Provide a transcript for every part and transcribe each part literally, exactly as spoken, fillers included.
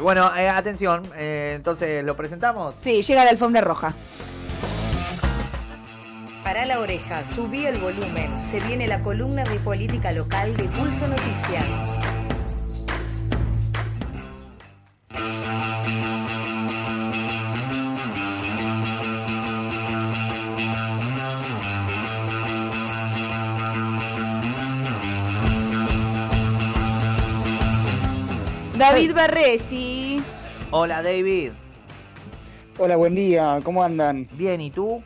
Bueno, eh, atención, eh, entonces, ¿lo presentamos? Sí, llega la alfombra roja. Para la oreja, subí el volumen. Se viene la columna de política local de Pulso Noticias. David Barresi. Hola, David. Hola, buen día, ¿cómo andan? Bien, ¿y tú?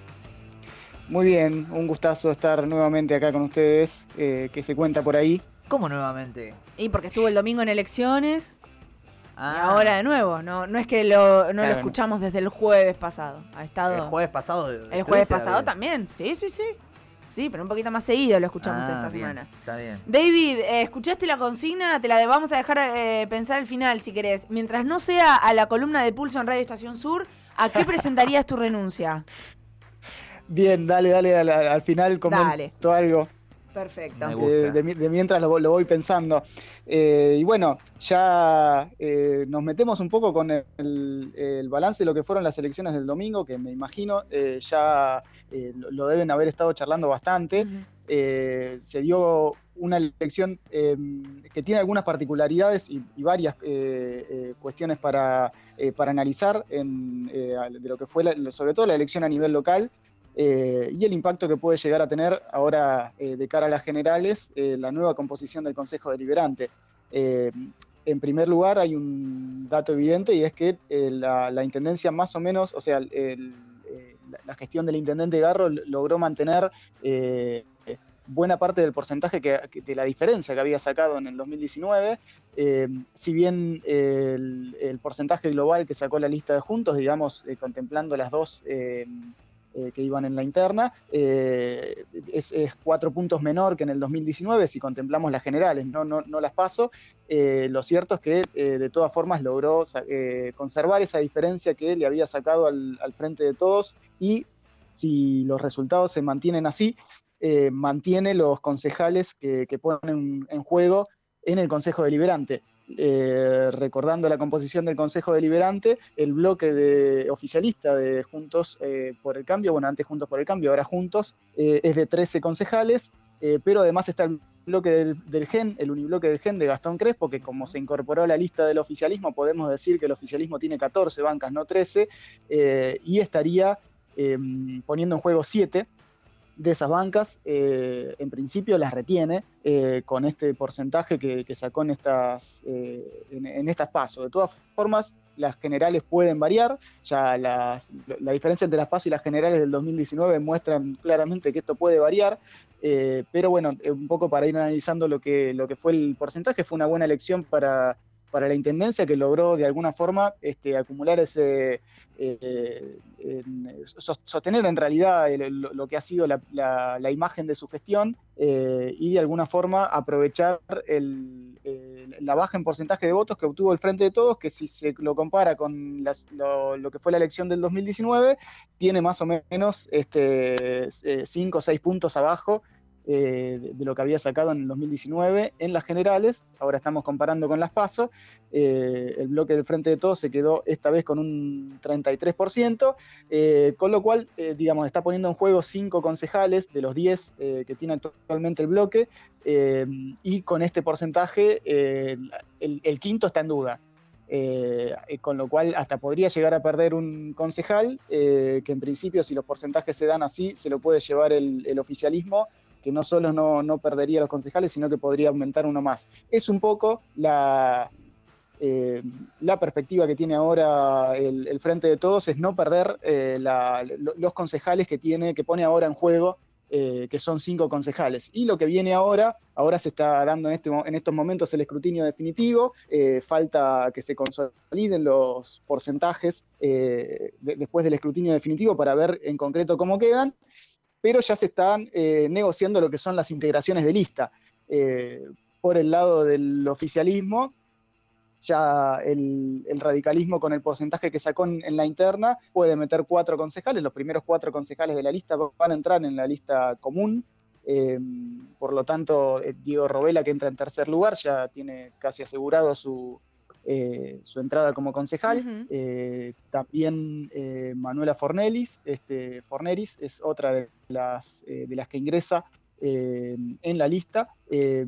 Muy bien, un gustazo estar nuevamente acá con ustedes, eh, que se cuenta por ahí. ¿Cómo nuevamente? Y porque estuvo el domingo en elecciones Ah, y ahora de nuevo. No, no es que lo, no Claro. lo escuchamos desde el jueves pasado. Ha estado el jueves pasado. el jueves ¿estuviste, pasado David? también. Sí, sí, sí. Sí, pero un poquito más seguido lo escuchamos Ah, esta bien, semana. Está bien. David, eh, ¿escuchaste la consigna? Te la de- vamos a dejar eh, pensar al final, si querés. Mientras no sea a la columna de Pulso en Radio Estación Sur, ¿a qué presentarías tu renuncia? Bien, dale, dale, al, al final comento Dale. algo. Perfecto. Me gusta. Eh, de, mi- de mientras lo, lo voy pensando. Eh, y bueno, ya eh, nos metemos un poco con el, el balance de lo que fueron las elecciones del domingo, que me imagino eh, ya eh, lo, lo deben haber estado charlando bastante. Ujú. Eh, se dio una elección eh, que tiene algunas particularidades y, y varias eh, eh, cuestiones para, eh, para analizar en, eh, de lo que fue la, sobre todo la elección a nivel local. Eh, y el impacto que puede llegar a tener ahora eh, de cara a las generales eh, la nueva composición del Consejo Deliberante. Eh, en primer lugar, hay un dato evidente y es que eh, la, la Intendencia más o menos, o sea, el, el, eh, la, la gestión del Intendente Garro logró mantener eh, buena parte del porcentaje que, que, de la diferencia que había sacado en el dos mil diecinueve, eh, si bien eh, el, el porcentaje global que sacó la lista de Juntos, digamos, eh, contemplando las dos eh, Eh, que iban en la interna, eh, es, es cuatro puntos menor que en el dos mil diecinueve, si contemplamos las generales, no, no, no las paso. Eh, lo cierto es que eh, de todas formas logró eh, conservar esa diferencia que le había sacado al, al Frente de Todos, y si los resultados se mantienen así, eh, mantiene los concejales que, que ponen en juego en el Consejo Deliberante. Eh, recordando la composición del Consejo Deliberante, el bloque de oficialista de Juntos eh, por el Cambio, bueno, antes Juntos por el Cambio, ahora Juntos, eh, es de trece concejales, eh, pero además está el bloque del, del G E N, el unibloque del G E N de Gastón Crespo, que como se incorporó a la lista del oficialismo, podemos decir que el oficialismo tiene catorce bancas, no trece, eh, y estaría eh, poniendo en juego siete de esas bancas. Eh, en principio las retiene eh, con este porcentaje que, que sacó en estas, eh, en, en estas PASO. De todas formas, las generales pueden variar, ya las, la diferencia entre las PASO y las generales del dos mil diecinueve muestran claramente que esto puede variar, eh, pero bueno, un poco para ir analizando lo que, lo que fue el porcentaje, fue una buena elección para, para la Intendencia, que logró de alguna forma este, acumular ese... Eh, en, sostener en realidad el, lo, lo que ha sido la, la, la imagen de su gestión, eh, y de alguna forma aprovechar el, el, la baja en porcentaje de votos que obtuvo el Frente de Todos, que si se lo compara con las, lo, lo que fue la elección del dos mil diecinueve, tiene más o menos cinco o seis puntos abajo Eh, de, de lo que había sacado en el dos mil diecinueve en las generales. Ahora estamos comparando con las PASO. Eh, el bloque del Frente de Todos se quedó esta vez con un treinta y tres por ciento, eh, con lo cual, eh, digamos, está poniendo en juego cinco concejales de los diez eh, que tiene actualmente el bloque, eh, y con este porcentaje eh, el, el quinto está en duda. Eh, con lo cual hasta podría llegar a perder un concejal, eh, que en principio, si los porcentajes se dan así, se lo puede llevar el, el oficialismo, que no solo no, no perdería los concejales, sino que podría aumentar uno más. Es un poco la, eh, la perspectiva que tiene ahora el, el Frente de Todos, es no perder eh, la, los concejales que, tiene, que pone ahora en juego, eh, que son cinco concejales. Y lo que viene ahora, ahora se está dando en, este, en estos momentos el escrutinio definitivo, eh, falta que se consoliden los porcentajes eh, de, después del escrutinio definitivo para ver en concreto cómo quedan, pero ya se están eh, negociando lo que son las integraciones de lista. Eh, por el lado del oficialismo, ya el, el radicalismo, con el porcentaje que sacó en, en la interna, puede meter cuatro concejales. Los primeros cuatro concejales de la lista van a entrar en la lista común. Eh, por lo tanto, Diego Robela, que entra en tercer lugar, ya tiene casi asegurado su, eh, su entrada como concejal. Ujú. Eh, también eh, Manuela Fornelis, este, Forneris es otra de las, eh, de las que ingresa eh, en la lista. Eh,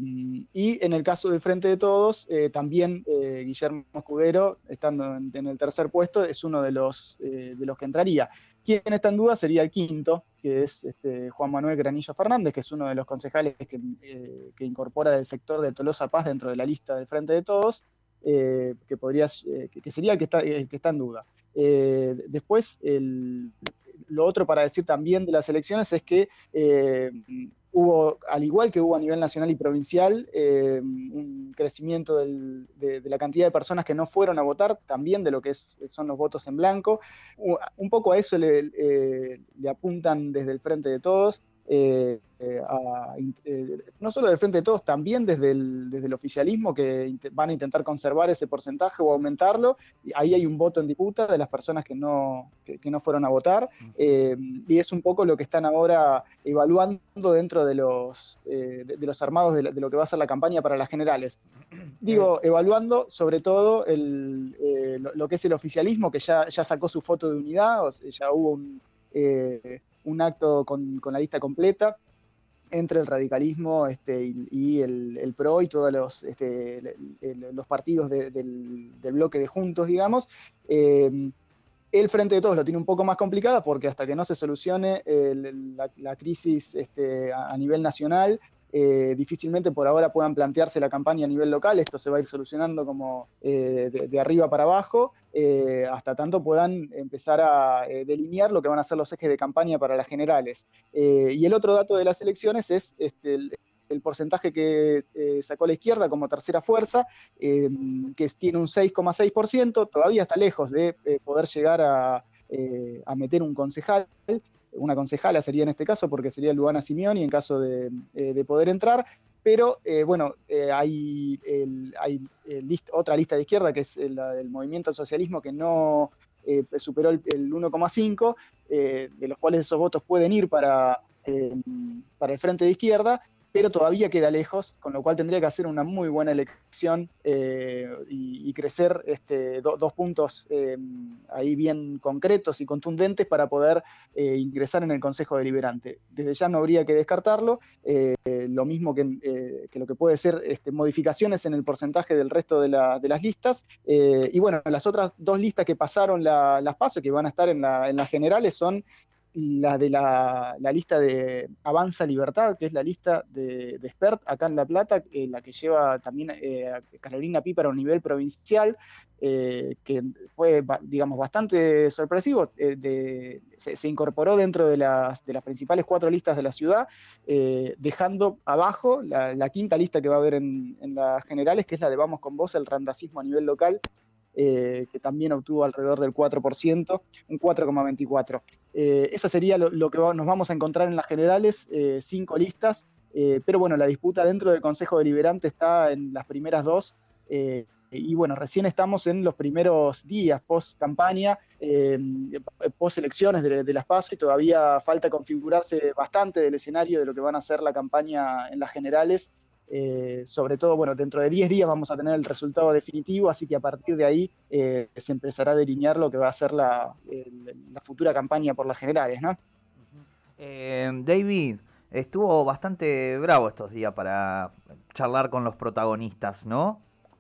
y en el caso del Frente de Todos, eh, también eh, Guillermo Escudero, estando en, en el tercer puesto, es uno de los, eh, de los que entraría. Quien está en duda sería el quinto, que es este, Juan Manuel Granillo Fernández, que es uno de los concejales que, eh, que incorpora del sector de Tolosa Paz dentro de la lista del Frente de Todos, eh, que, podría, eh, que sería el que está, el que está en duda. Eh, después, el, lo otro para decir también de las elecciones es que eh, hubo, al igual que hubo a nivel nacional y provincial, eh, un crecimiento del, de, de la cantidad de personas que no fueron a votar, también de lo que es, son los votos en blanco. Un poco a eso le, eh, le apuntan desde el Frente de Todos, eh, eh, a, eh, no solo del Frente de Todos, también desde el, desde el oficialismo, que van a intentar conservar ese porcentaje o aumentarlo. Y ahí hay un voto en disputa de las personas que no, que, que no fueron a votar, eh, y es un poco lo que están ahora evaluando dentro de los, eh, de, de los armados de, la, de lo que va a ser la campaña para las generales. Digo, evaluando sobre todo el, eh, lo, lo que es el oficialismo, que ya, ya sacó su foto de unidad, o sea, ya hubo un, eh, un acto con, con la lista completa entre el radicalismo este, y, y el, el P R O y todos los, este, el, el, los partidos de, del, del bloque de Juntos, digamos. Eh, el Frente de Todos lo tiene un poco más complicada porque hasta que no se solucione el, la, la crisis este, a, a nivel nacional, Eh, difícilmente por ahora puedan plantearse la campaña a nivel local. Esto se va a ir solucionando como eh, de, de arriba para abajo, eh, hasta tanto puedan empezar a eh, delinear lo que van a ser los ejes de campaña para las generales. Eh, y el otro dato de las elecciones es este, el, el porcentaje que eh, sacó la izquierda como tercera fuerza, eh, que tiene un seis coma seis por ciento, todavía está lejos de eh, poder llegar a, eh, a meter un concejal. Una concejala sería en este caso, porque sería Luana Simeoni en caso de, eh, de poder entrar, pero eh, bueno, eh, hay, el, hay el list, otra lista de izquierda, que es la del Movimiento al Socialismo, que no eh, superó el, el uno coma cinco, eh, de los cuales esos votos pueden ir para, eh, para el Frente de Izquierda, pero todavía queda lejos, con lo cual tendría que hacer una muy buena elección eh, y, y crecer este, do, dos puntos eh, ahí bien concretos y contundentes para poder eh, ingresar en el Consejo Deliberante. Desde ya no habría que descartarlo, eh, lo mismo que, eh, que lo que puede ser este, modificaciones en el porcentaje del resto de, la, de las listas. Eh, y bueno, las otras dos listas que pasaron la, las PASO, que van a estar en, la, en las generales, son la de la, la lista de Avanza Libertad, que es la lista de, de Spert acá en La Plata, eh, la que lleva también eh, a Carolina Píparo a un nivel provincial, eh, que fue, digamos, bastante sorpresivo. Eh, de, se, se incorporó dentro de las, de las principales cuatro listas de la ciudad, eh, dejando abajo la, la quinta lista que va a haber en, en las generales, que es la de Vamos con Vos, el randacismo a nivel local, Eh, que también obtuvo alrededor del cuatro por ciento, un cuatro coma veinticuatro. Eh, eso sería lo, lo que va, nos vamos a encontrar en las generales, eh, cinco listas, eh, pero bueno, la disputa dentro del Consejo Deliberante está en las primeras dos, eh, y bueno, recién estamos en los primeros días post campaña, eh, post elecciones de, de las PASO, y todavía falta configurarse bastante del escenario de lo que van a ser la campaña en las generales. Eh, sobre todo, bueno, dentro de diez días vamos a tener el resultado definitivo, así que a partir de ahí eh, se empezará a delinear lo que va a ser la, el, la futura campaña por las generales, ¿no? Eh, David, estuvo bastante bravo estos días para charlar con los protagonistas, ¿no?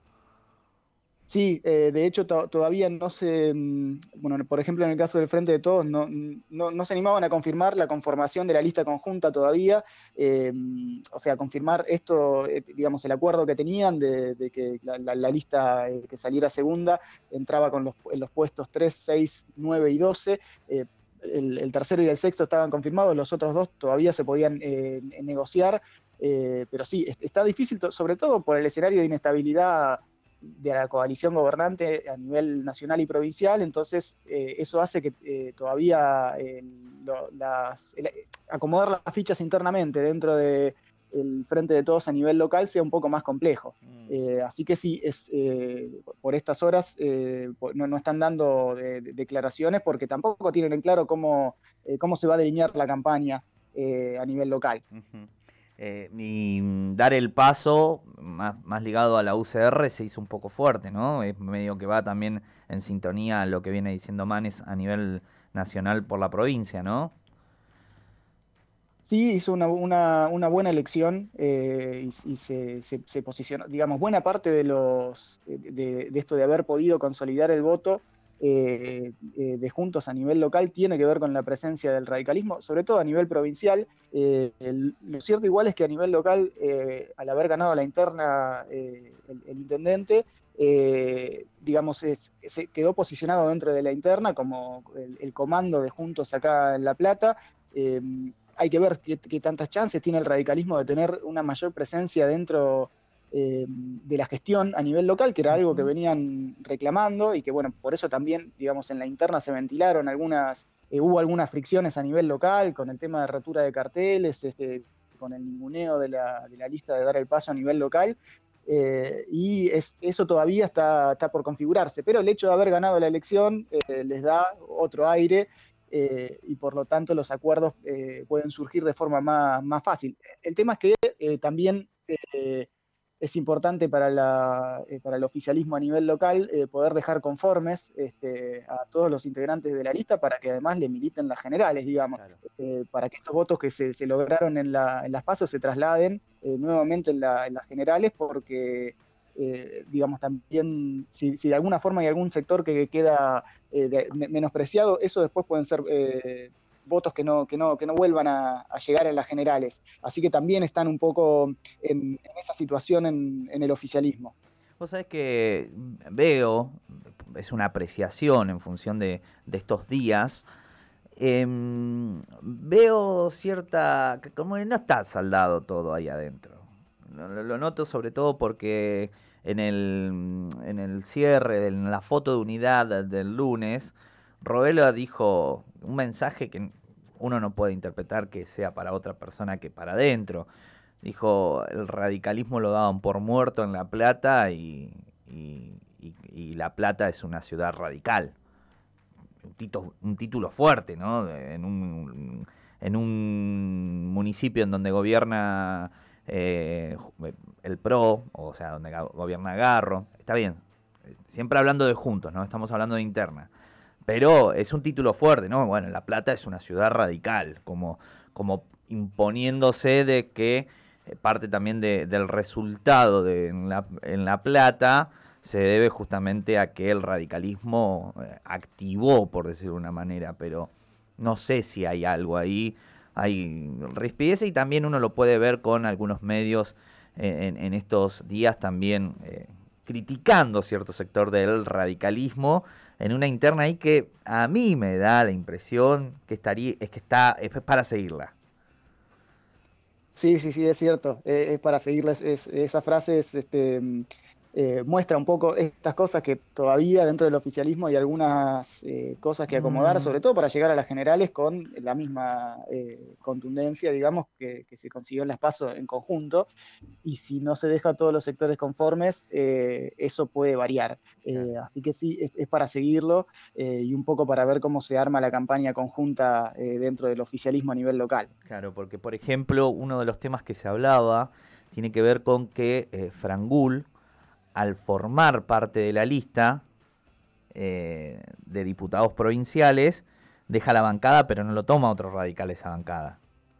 Sí, eh, de hecho to todavía no se, bueno, por ejemplo en el caso del Frente de Todos, no, no, no se animaban a confirmar la conformación de la lista conjunta todavía, eh, o sea, confirmar esto, eh, digamos, el acuerdo que tenían de, de que la, la, la lista eh, que saliera segunda entraba con los, en los puestos tres, seis, nueve y doce, eh, el, el tercero y el sexto estaban confirmados, los otros dos todavía se podían eh, negociar, eh, pero sí, está difícil, sobre todo por el escenario de inestabilidad de la coalición gobernante a nivel nacional y provincial. Entonces eh, eso hace que eh, todavía eh, lo, las, el, acomodar las fichas internamente dentro del de Frente de Todos a nivel local sea un poco más complejo. Mm. Eh, así que sí, es, eh, por estas horas eh, no, no están dando de, de declaraciones porque tampoco tienen en claro cómo, eh, cómo se va a delinear la campaña eh, a nivel local. Uh-huh. Eh, y dar el paso más, más ligado a la U C R se hizo un poco fuerte, ¿no? Es medio que va también en sintonía a lo que viene diciendo Manes a nivel nacional por la provincia, ¿no? Sí, hizo una, una, una buena elección eh, y, y se, se, se posicionó, digamos, buena parte de los de, de esto de haber podido consolidar el voto eh, eh, de Juntos a nivel local tiene que ver con la presencia del radicalismo, sobre todo a nivel provincial. Eh, el, lo cierto igual es que a nivel local, eh, al haber ganado la interna eh, el, el intendente, eh, digamos, es, se quedó posicionado dentro de la interna como el, el comando de Juntos acá en La Plata. Eh, Hay que ver qué, qué tantas chances tiene el radicalismo de tener una mayor presencia dentro eh, de la gestión a nivel local, que era algo que venían reclamando y que, bueno, por eso también, digamos, en la interna se ventilaron algunas, eh, hubo algunas fricciones a nivel local con el tema de rotura de carteles, este, con el ninguneo de la, de la lista de dar el paso a nivel local. Eh, y es, eso todavía está, está por configurarse, pero el hecho de haber ganado la elección eh, les da otro aire. Eh, y por lo tanto los acuerdos eh, pueden surgir de forma más, más fácil. El tema es que eh, también eh, es importante para, la, eh, para el oficialismo a nivel local eh, poder dejar conformes este, a todos los integrantes de la lista para que además le militen las generales, digamos, Claro. eh, para que estos votos que se, se lograron en, la, en las PASO se trasladen eh, nuevamente en, la, en las generales, porque eh, digamos también si, si de alguna forma hay algún sector que queda eh, de, menospreciado, eso después pueden ser eh, votos que no, que no, que no vuelvan a, a llegar en las generales. Así que también están un poco en, en esa situación en, en el oficialismo. Vos sabés que veo, es una apreciación en función de, de estos días, eh, veo cierta, como que no está saldado todo ahí adentro. Lo, lo noto sobre todo porque en el, en el cierre, en la foto de unidad del lunes, Robelo dijo un mensaje que uno no puede interpretar que sea para otra persona que para adentro. Dijo, el radicalismo lo daban por muerto en La Plata y, y, y, y La Plata es una ciudad radical. Un, tito, un título fuerte, ¿no? En un, en un municipio en donde gobierna eh, el P R O, o sea, donde gobierna Garro. Está bien, siempre hablando de Juntos, ¿no? Estamos hablando de interna. Pero es un título fuerte, ¿no? Bueno, La Plata es una ciudad radical, como, como imponiéndose de que parte también de, del resultado de en la, en La Plata se debe justamente a que el radicalismo activó, por decirlo de una manera, pero no sé si hay algo ahí, hay rispidez y también uno lo puede ver con algunos medios en, en estos días también eh, criticando cierto sector del radicalismo en una interna ahí que a mí me da la impresión que estaría, es que está, es para seguirla. Sí, sí, sí, es cierto. Eh, es para seguirles. Es, esa frase es, este, eh, muestra un poco estas cosas que todavía dentro del oficialismo hay algunas eh, cosas que acomodar, Mm. sobre todo para llegar a las generales con la misma eh, contundencia, digamos, que, que se consiguió en las PASO en conjunto. Y si no se deja a todos los sectores conformes, eh, eso puede variar. Eh, así que sí, es, es para seguirlo eh, y un poco para ver cómo se arma la campaña conjunta eh, dentro del oficialismo a nivel local. Claro, porque por ejemplo, uno de los temas que se hablaba tiene que ver con que eh, Frangul, al formar parte de la lista eh, de diputados provinciales, deja la bancada, pero no lo toma otro radical esa bancada.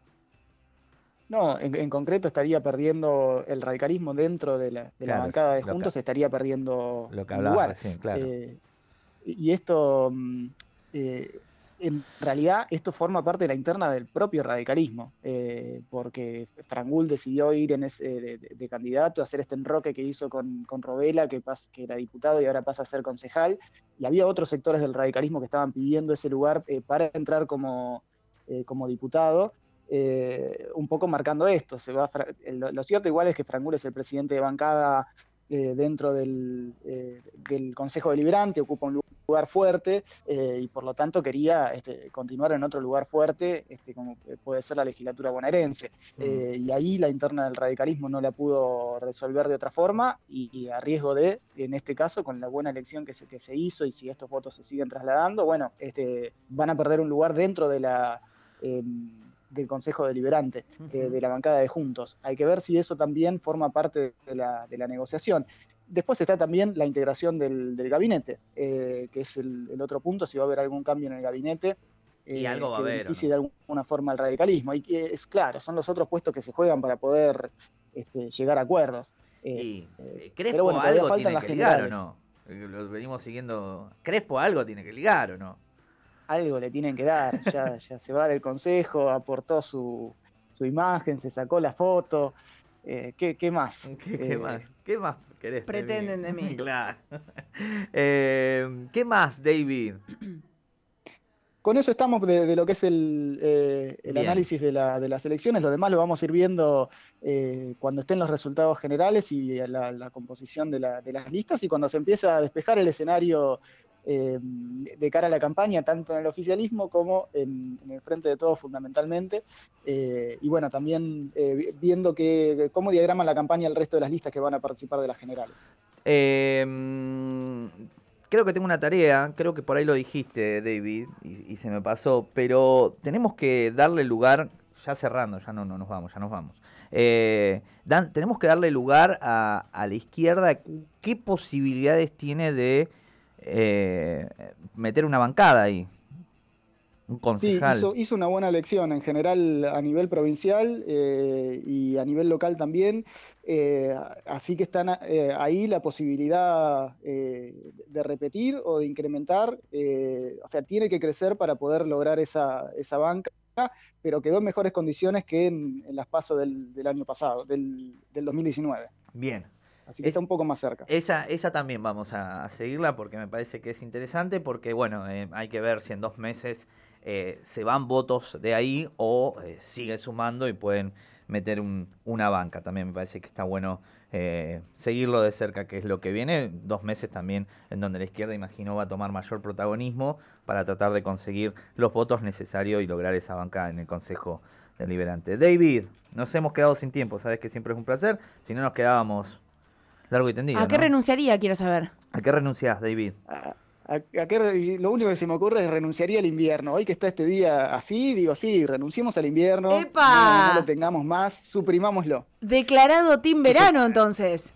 No, en, en concreto estaría perdiendo el radicalismo dentro de la, de Claro, la bancada de lo Juntos, que- estaría perdiendo Lo que un hablabas lugar. recién, claro. Eh, y esto, mm, eh, en realidad, esto forma parte de la interna del propio radicalismo, eh, porque Frangul decidió ir en ese, de, de- de candidato, hacer este enroque que hizo con, con Robela, que, pas, que era diputado y ahora pasa a ser concejal, y había otros sectores del radicalismo que estaban pidiendo ese lugar eh, para entrar como, eh, como diputado. Eh, un poco marcando esto. Se va lo, lo cierto igual es que Frangul es el presidente de bancada eh, dentro del, eh, del Consejo Deliberante, ocupa un lugar fuerte eh, y por lo tanto quería este, continuar en otro lugar fuerte, este, como puede ser la legislatura bonaerense. Eh, y ahí la interna del radicalismo no la pudo resolver de otra forma y, y a riesgo de, en este caso, con la buena elección que se, que se hizo y si estos votos se siguen trasladando, bueno, este, van a perder un lugar dentro de la... Eh, del Consejo Deliberante, eh, de la bancada de Juntos. Hay que ver si eso también forma parte de la, de la negociación. Después está también la integración del, del gabinete, eh, que es el, el otro punto, si va a haber algún cambio en el gabinete. Eh, y algo va que a haber, beneficie ¿no? de alguna forma al radicalismo. Y que es claro, son los otros puestos que se juegan para poder este, llegar a acuerdos. Eh, y eh, Crespo pero bueno, todavía algo faltan tiene las que ligar, ¿o generales. no? Lo venimos siguiendo. Crespo algo tiene que ligar, ¿o no? Algo le tienen que dar. Ya, ya se va del consejo, aportó su, su imagen, se sacó la foto. Eh, ¿qué, ¿Qué más? ¿Qué, Eh, qué más? ¿Qué más querés? Pretenden de mí. Claro. Eh, ¿Qué más, David? Con eso estamos de, de lo que es el, eh, el Bien. análisis de, la, de las elecciones. Lo demás lo vamos a ir viendo eh, cuando estén los resultados generales y la, la composición de, la, de las listas, y cuando se empieza a despejar el escenario eh, de cara a la campaña, tanto en el oficialismo como en, en el Frente de Todos fundamentalmente. Eh, y bueno, también eh, viendo que, cómo diagrama la campaña el resto de las listas que van a participar de las generales. Eh, creo que tengo una tarea, creo que por ahí lo dijiste, David, y, y se me pasó, pero tenemos que darle lugar, ya cerrando, ya no, no nos vamos, ya nos vamos. Eh, dan, tenemos que darle lugar a, a la izquierda. ¿Qué posibilidades tiene de eh, meter una bancada ahí? Un concejal. Sí, hizo, hizo una buena elección en general a nivel provincial eh, y a nivel local también. Eh, así que están eh, ahí la posibilidad eh, de repetir o de incrementar. Eh, o sea, tiene que crecer para poder lograr esa, esa banca, pero quedó en mejores condiciones que en, en las PASO del, del año pasado, del, del dos mil diecinueve. Bien. Así que es, está un poco más cerca. Esa, esa también vamos a, a seguirla porque me parece que es interesante, porque bueno, eh, hay que ver si en dos meses eh, se van votos de ahí o eh, sigue sumando y pueden meter un, una banca. También me parece que está bueno eh, seguirlo de cerca, que es lo que viene. Dos meses también en donde la izquierda, imagino, va a tomar mayor protagonismo para tratar de conseguir los votos necesarios y lograr esa banca en el Consejo Deliberante. David, nos hemos quedado sin tiempo, sabes que siempre es un placer. Si no, nos quedábamos largo y tendido. ¿A qué ¿no? renunciaría? Quiero saber. ¿A qué renunciás, David? A, a, a qué, lo único que se me ocurre es renunciaría al invierno. Hoy que está este día así, digo, sí, renunciemos al invierno. ¡Epa! No, no lo tengamos más, suprimámoslo. Declarado team verano, entonces.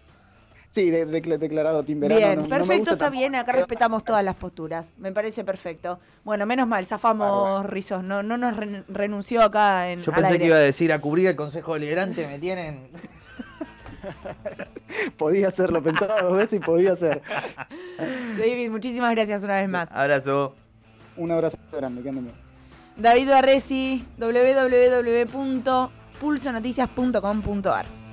Sí, de, de, declarado team verano. Bien, no, no perfecto, está tampoco. bien. Acá respetamos todas las posturas. Me parece perfecto. Bueno, menos mal, zafamos, Bárbaro. Rizos. No, no nos re renunció acá en Yo al pensé aire. que iba a decir a cubrir el Consejo Deliberante, me tienen... Podía ser, lo pensaba dos veces y podía ser. David, muchísimas gracias una vez más. Abrazo. Un abrazo grande, que anden bien. David Barresi, w w w punto pulso noticias punto com punto a r.